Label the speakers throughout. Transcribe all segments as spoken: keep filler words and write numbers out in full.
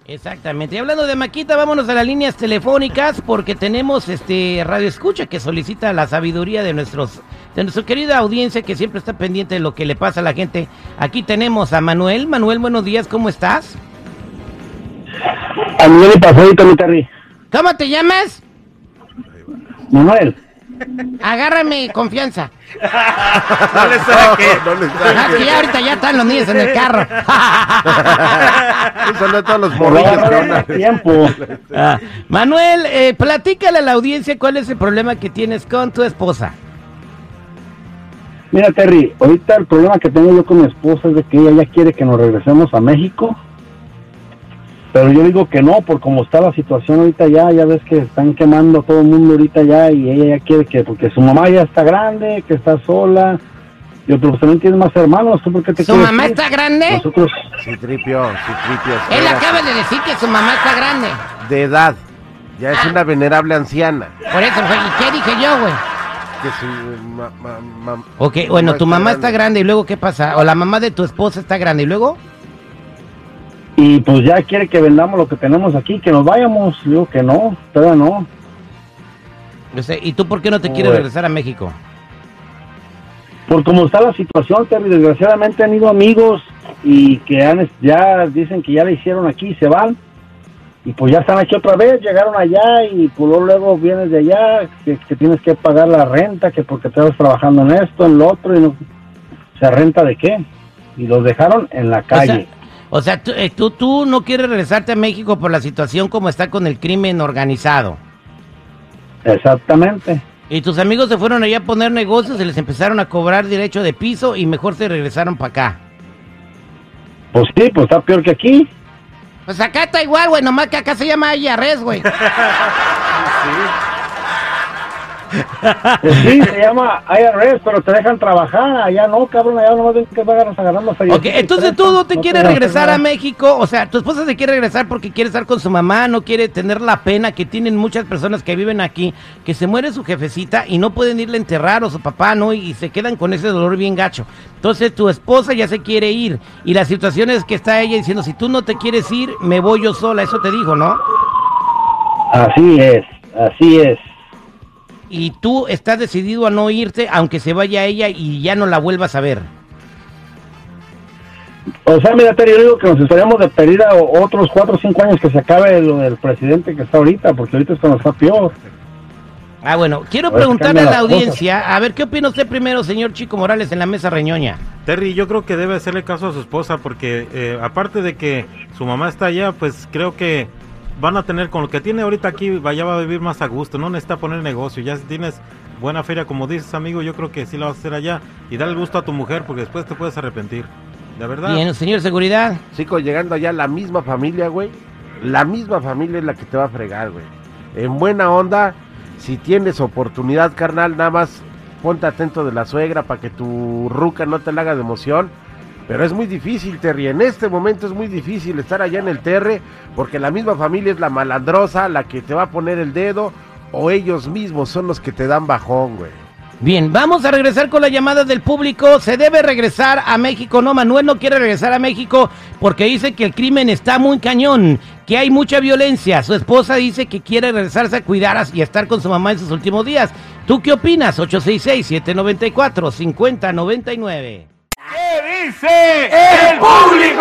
Speaker 1: Exactamente. Y hablando de Maquita, vámonos a las líneas telefónicas porque tenemos este radio escucha que solicita la sabiduría de nuestros de nuestra querida audiencia que siempre está pendiente de lo que le pasa a la gente. Aquí tenemos a Manuel. Manuel, buenos días, ¿cómo estás?
Speaker 2: A mí me pasó ahorita, mi Terry.
Speaker 1: ¿Cómo te llamas?
Speaker 2: Manuel.
Speaker 1: Agárrame confianza.
Speaker 3: No le saque, no le saque.
Speaker 1: Ah, que ya ahorita ya están los niños en el carro.
Speaker 3: Son de todos los morrillos que van a...
Speaker 2: tiempo.
Speaker 1: Ah, Manuel, eh, platícale a la audiencia cuál es el problema que tienes con tu esposa.
Speaker 2: Mira, Terry, ahorita el problema que tengo yo con mi esposa es de que ella ya quiere que nos regresemos a México. Pero yo digo que no, por cómo está la situación ahorita ya, ya ves que están quemando a todo el mundo ahorita ya y ella ya quiere que, porque su mamá ya está grande, que está sola. Yo, pero también tienes más hermanos, ¿tú por qué te
Speaker 1: ¿Su
Speaker 2: quieres
Speaker 1: mamá
Speaker 2: ir?
Speaker 1: está grande?
Speaker 2: Nosotros...
Speaker 3: Sí, tripio, sí, tripio.
Speaker 1: Él acaba de decir que su mamá está grande.
Speaker 3: De edad. Ya es una venerable anciana.
Speaker 1: Por eso fue, ¿y qué dije yo, güey?
Speaker 3: Que su... Ma, ma, ma,
Speaker 1: Ok, bueno, tu mamá está
Speaker 3: grande.
Speaker 1: grande y luego ¿qué pasa? O la mamá de tu esposa está grande y luego...
Speaker 2: Y pues ya quiere que vendamos lo que tenemos aquí, que nos vayamos. Yo digo que no, todavía no.
Speaker 1: O sea, ¿y tú por qué no te
Speaker 2: Oh,
Speaker 1: quieres
Speaker 2: güey.
Speaker 1: regresar a México?
Speaker 2: Por cómo está la situación, Terry, desgraciadamente han ido amigos y que han, ya dicen que ya le hicieron aquí y se van. Y pues ya están aquí otra vez, llegaron allá y pues luego, luego vienes de allá, que, que tienes que pagar la renta, que porque te estás trabajando en esto, en lo otro, y no, o sea, ¿renta de qué? Y los dejaron en la calle.
Speaker 1: O sea, tú, eh, tú, tú no quieres regresarte a México por la situación como está con el crimen organizado.
Speaker 2: Exactamente.
Speaker 1: Y tus amigos se fueron allá a poner negocios y les empezaron a cobrar derecho de piso y mejor se regresaron para acá.
Speaker 2: Pues sí, pues está peor que aquí.
Speaker 1: Pues acá está igual, güey, nomás que acá se llama I R S, güey.
Speaker 2: Pues sí, se llama I R S, pero te dejan trabajar. Allá no, cabrón, allá nomás ven que vas agarrando feria.
Speaker 1: Ok, entonces tú no te quieres regresar a México, o sea, tu esposa se quiere regresar porque quiere estar con su mamá, no quiere tener la pena que tienen muchas personas que viven aquí, que se muere su jefecita y no pueden irle a enterrar o su papá, ¿no? Y se quedan con ese dolor bien gacho. Entonces tu esposa ya se quiere ir y la situación es que está ella diciendo, si tú no te quieres ir, me voy yo sola, eso te dijo, ¿no?
Speaker 2: Así es, así es.
Speaker 1: Y tú estás decidido a no irte, aunque se vaya ella y ya no la vuelvas a ver.
Speaker 2: O sea, mira, Terry, yo digo que nos estaríamos de pérdida otros cuatro o cinco años que se acabe lo del presidente que está ahorita, porque ahorita es cuando está peor.
Speaker 1: Ah, bueno, quiero
Speaker 2: A ver,
Speaker 1: preguntarle a
Speaker 2: cambian
Speaker 1: la
Speaker 2: las
Speaker 1: audiencia, a ver, ¿qué opina usted primero, señor Chico Morales, en la mesa reñoña?
Speaker 4: Terry, yo creo que debe hacerle caso a su esposa porque eh, aparte de que su mamá está allá, pues creo que van a tener, con lo que tiene ahorita aquí, vaya va a vivir más a gusto, no necesita poner negocio, ya si tienes buena feria, como dices, amigo, yo creo que sí la vas a hacer allá y dale gusto a tu mujer porque después te puedes arrepentir, de verdad.
Speaker 1: Bien, señor Seguridad.
Speaker 3: Chico, llegando allá la misma familia, güey. La misma familia es la que te va a fregar, güey. En buena onda, si tienes oportunidad, carnal, nada más ponte atento de la suegra para que tu ruca no te la haga de emoción. Pero es muy difícil, Terry, en este momento es muy difícil estar allá en el Terre, porque la misma familia es la malandrosa, la que te va a poner el dedo, o ellos mismos son los que te dan bajón, güey.
Speaker 1: Bien, vamos a regresar con la llamada del público. Se debe regresar a México. No, Manuel no quiere regresar a México porque dice que el crimen está muy cañón, que hay mucha violencia. Su esposa dice que quiere regresarse a cuidar y a estar con su mamá en sus últimos días. ¿Tú qué opinas? ocho seis seis, siete nueve cuatro, cinco cero nueve nueve.
Speaker 5: ¿Qué dice el público?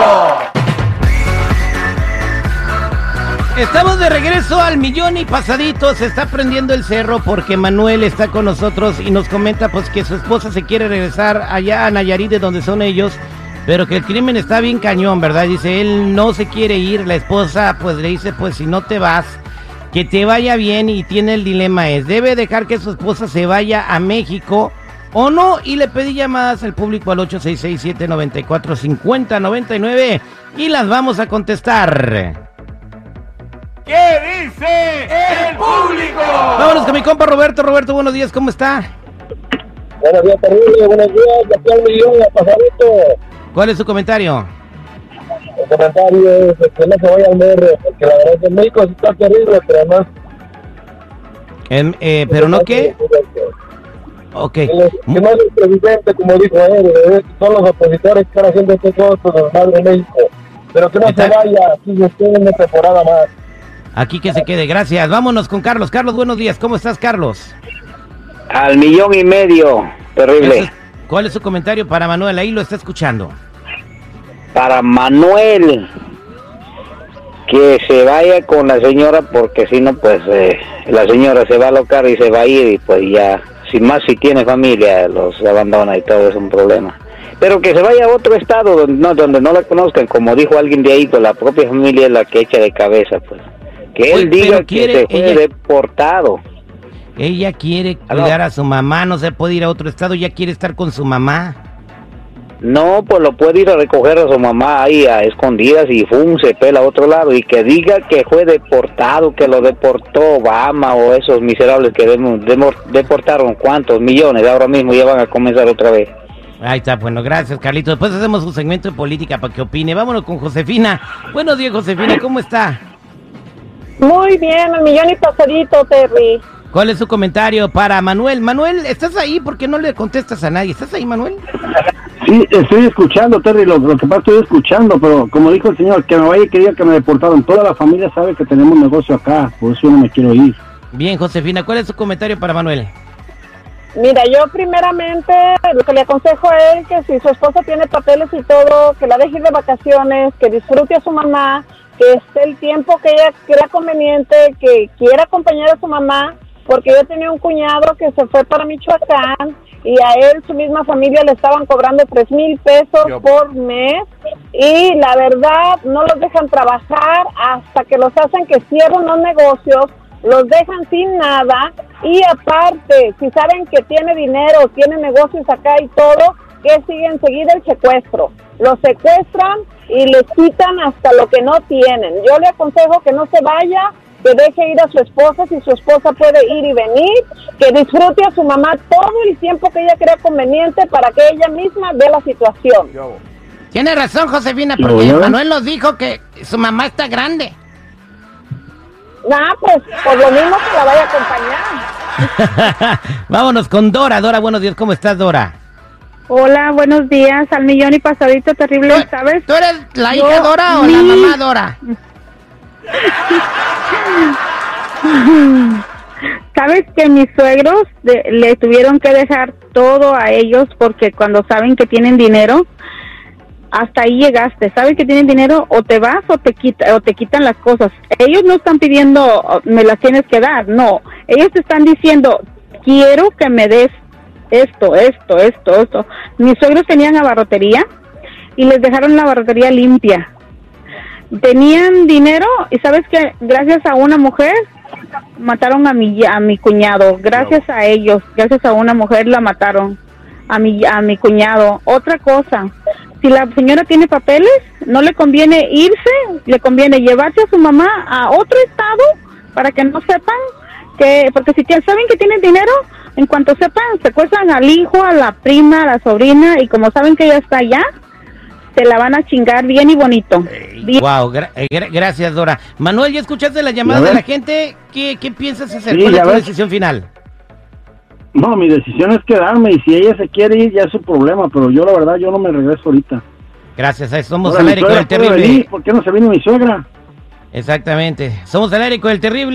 Speaker 1: Estamos de regreso al millón y pasadito. Se está prendiendo el cerro porque Manuel está con nosotros y nos comenta pues que su esposa se quiere regresar allá a Nayarit, de donde son ellos, pero que el crimen está bien cañón, ¿verdad? Dice, él no se quiere ir, la esposa pues le dice, pues si no te vas, que te vaya bien, y tiene el dilema es, ¿debe dejar que su esposa se vaya a México o no? Y le pedí llamadas al público al ocho seis seis, siete nueve cuatro, cinco cero nueve nueve y las vamos a contestar.
Speaker 5: ¿Qué dice el público?
Speaker 1: Vámonos con mi compa Roberto. Roberto, buenos días, ¿cómo está?
Speaker 2: Buenos días, terrible, buenos días, ya está el millón y pasadito.
Speaker 1: ¿Cuál es su comentario?
Speaker 2: El comentario es que no se vaya al morro, porque la verdad es que en México sí está terrible, pero además...
Speaker 1: Em, eh, ¿Pero no qué? Ok.
Speaker 2: Que no es el presidente, como dijo él, son los opositores que están haciendo este todo por el mal de México.
Speaker 6: pero que no
Speaker 1: ¿Qué
Speaker 6: se
Speaker 1: tal?
Speaker 6: vaya, sigue usted una temporada más.
Speaker 1: Aquí que se quede, gracias. Vámonos con Carlos. Carlos, buenos días. ¿Cómo estás, Carlos?
Speaker 7: Al millón y medio, terrible.
Speaker 1: Es- ¿Cuál es su comentario para Manuel? Ahí lo está escuchando.
Speaker 7: Para Manuel, que se vaya con la señora, porque si no, pues eh, la señora se va a alocar y se va a ir, y pues ya, sin más si tiene familia, los abandona y todo es un problema. Pero que se vaya a otro estado donde no, donde no la conozcan, como dijo alguien de ahí, pues la propia familia es la que echa de cabeza, pues. Que él
Speaker 1: Oye,
Speaker 7: diga
Speaker 1: pero
Speaker 7: que
Speaker 1: quiere
Speaker 7: se fue
Speaker 1: ella-
Speaker 7: deportado.
Speaker 1: Ella quiere
Speaker 7: ¿Aló?
Speaker 1: cuidar a su mamá, no se puede ir a otro estado, ya quiere estar con su mamá.
Speaker 7: No, pues lo puede ir a recoger a su mamá ahí a escondidas y fum, se pela a otro lado y que diga que fue deportado, que lo deportó Obama o esos miserables que demo- demo- deportaron cuántos millones, ahora mismo ya van a comenzar otra vez.
Speaker 1: Ahí está, bueno, gracias, Carlitos. Después hacemos un segmento de política para que opine. Vámonos con Josefina. Buenos días, Josefina, ¿cómo está?
Speaker 8: Muy bien, el millón y pasadito, Terry.
Speaker 1: ¿Cuál es su comentario para Manuel? Manuel, ¿estás ahí? ¿Por qué no le contestas a nadie? ¿Estás ahí, Manuel?
Speaker 2: Sí, estoy escuchando, Terry, lo, lo que pasa estoy escuchando, pero como dijo el señor, que me vaya y que diga que me deportaron. Toda la familia sabe que tenemos negocio acá, por eso yo no me quiero ir.
Speaker 1: Bien, Josefina, ¿cuál es su comentario para Manuel?
Speaker 8: Mira, yo primeramente lo que le aconsejo a él que si su esposa tiene papeles y todo, que la deje ir de vacaciones, que disfrute a su mamá, que esté el tiempo que ella crea conveniente, que quiera acompañar a su mamá, porque yo tenía un cuñado que se fue para Michoacán y a él su misma familia le estaban cobrando tres mil pesos
Speaker 3: Yo.
Speaker 8: por mes y la verdad no los dejan trabajar hasta que los hacen que cierren los negocios, los dejan sin nada y aparte, si saben que tiene dinero, tiene negocios acá y todo, que siguen enseguida el secuestro. Los secuestran y les quitan hasta lo que no tienen. Yo le aconsejo que no se vaya, que deje ir a su esposa, si su esposa puede ir y venir, que disfrute a su mamá todo el tiempo que ella crea conveniente para que ella misma vea la situación.
Speaker 1: Tiene razón, Josefina,
Speaker 2: ¿Lo
Speaker 1: porque
Speaker 2: oyó?
Speaker 1: Manuel nos dijo que su mamá está grande.
Speaker 8: Nah, pues por lo mismo que la vaya a acompañar.
Speaker 1: Vámonos con Dora. Dora, buenos días, ¿cómo estás, Dora?
Speaker 9: Hola, buenos días, al millón y pasadito terrible,
Speaker 1: ¿Tú,
Speaker 9: ¿sabes?
Speaker 1: ¿Tú eres la
Speaker 9: Yo,
Speaker 1: hija Dora o la
Speaker 9: mi-
Speaker 1: mamá Dora?
Speaker 9: ¿Sabes que mis suegros de- le tuvieron que dejar todo a ellos porque cuando saben que tienen dinero, hasta ahí llegaste? Saben que tienen dinero, o te vas o te quita, o te quitan las cosas. Ellos no están pidiendo "Oh, me las tienes que dar", no. Ellos te están diciendo quiero que me des esto, esto, esto, esto. Mis suegros tenían abarrotería y les dejaron la abarrotería limpia. Tenían dinero y sabes que gracias a una mujer mataron a mi a mi cuñado. Gracias a ellos, gracias a una mujer la mataron a mi a mi cuñado. Otra cosa, si la señora tiene papeles, no le conviene irse, le conviene llevarse a su mamá a otro estado para que no sepan que, porque si te- saben que tienen dinero, en cuanto sepan, secuestran al hijo, a la prima, a la sobrina, y como saben que ella está allá, se la van a chingar bien y bonito. Bien.
Speaker 1: Wow, gra- eh, gra- gracias, Dora. Manuel, ¿ya escuchaste las llamadas
Speaker 2: ¿Ya
Speaker 1: de la
Speaker 2: ves?
Speaker 1: gente? ¿Qué, qué piensas hacer?
Speaker 2: Sí,
Speaker 1: ¿Cuál es
Speaker 2: ya
Speaker 1: tu
Speaker 2: ves.
Speaker 1: decisión final?
Speaker 2: No, mi decisión es quedarme y si ella se quiere ir ya es su problema, pero yo la verdad yo no me regreso ahorita.
Speaker 1: Gracias a eso somos
Speaker 2: Ahora,
Speaker 1: al
Speaker 2: mi
Speaker 1: aire con
Speaker 2: suegra
Speaker 1: el
Speaker 2: puede
Speaker 1: terrible.
Speaker 2: venir, ¿por qué no se vino mi suegra?
Speaker 1: Exactamente. Somos al aire con el terrible.